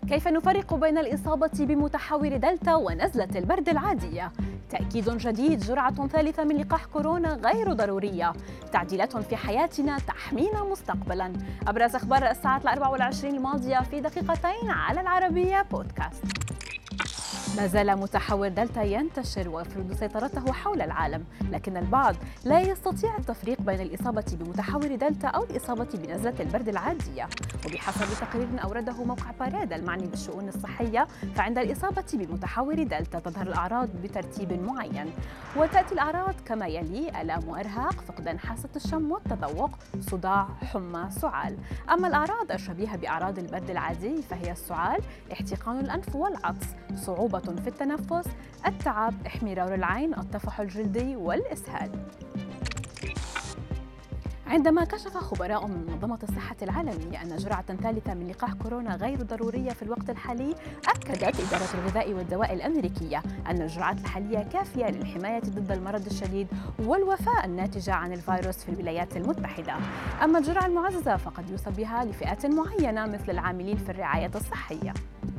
كيف نفرق بين الإصابة بمتحور دلتا ونزلة البرد العادية؟ تأكيد جديد: جرعة ثالثة من لقاح كورونا غير ضرورية. تعديلات في حياتنا تحمينا مستقبلاً. أبرز أخبار الساعة 24 الماضية في دقيقتين على العربية بودكاست. ما زال متحور دلتا ينتشر ويفرض سيطرته حول العالم، لكن البعض لا يستطيع التفريق بين الإصابة بمتحور دلتا أو الإصابة بنزلة البرد العادية. وبحسب تقرير أورده موقع باريدا المعني بالشؤون الصحية، فعند الإصابة بمتحور دلتا تظهر الأعراض بترتيب معين، وتأتي الأعراض كما يلي: آلام وإرهاق، فقدان حاسة الشم والتذوق، صداع، حمى، سعال. أما الأعراض الشبيهة بأعراض البرد العادي فهي السعال، احتقان الأنف والعطس، صعوبة في التنفس، التعب، احمرار العين، الطفح الجلدي والإسهال. عندما كشف خبراء من منظمة الصحة العالمية أن جرعة ثالثة من لقاح كورونا غير ضرورية في الوقت الحالي، أكدت إدارة الغذاء والدواء الأمريكية أن الجرعات الحالية كافية للحماية ضد المرض الشديد والوفاة الناتجة عن الفيروس في الولايات المتحدة. أما الجرعة المعززة فقد يوصى بها لفئات معينة مثل العاملين في الرعاية الصحية.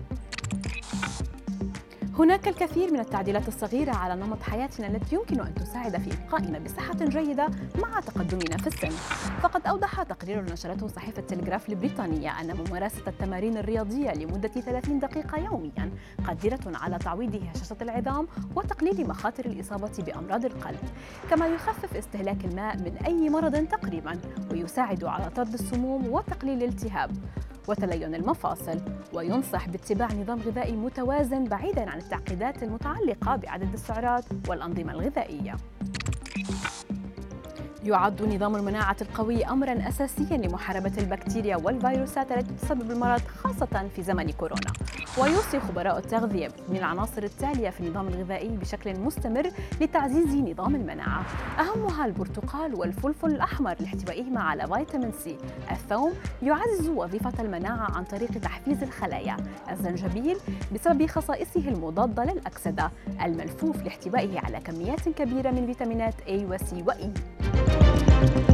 هناك الكثير من التعديلات الصغيرة على نمط حياتنا التي يمكن أن تساعد في إبقائنا بصحة جيدة مع تقدمنا في السن. فقد أوضح تقرير نشرته صحيفة تلغراف البريطانية أن ممارسة التمارين الرياضية لمدة 30 دقيقة يومياً قادرة على تعويض هشاشة العظام وتقليل مخاطر الإصابة بأمراض القلب، كما يخفف استهلاك الماء من أي مرض تقريباً، ويساعد على طرد السموم وتقليل الالتهاب وتلين المفاصل. وينصح باتباع نظام غذائي متوازن بعيداً عن التعقيدات المتعلقة بعدد السعرات والأنظمة الغذائية. يعد نظام المناعة القوي أمراً أساسياً لمحاربة البكتيريا والفيروسات التي تسبب المرض خاصة في زمن كورونا. ويوصي خبراء التغذية من العناصر التالية في النظام الغذائي بشكل مستمر لتعزيز نظام المناعة، أهمها البرتقال والفلفل الأحمر لاحتوائهما على فيتامين سي. الثوم يعزز وظيفة المناعة عن طريق تحفيز الخلايا. الزنجبيل بسبب خصائصه المضادة للأكسدة. الملفوف لاحتوائه على كميات كبيرة من فيتامينات A و C و E.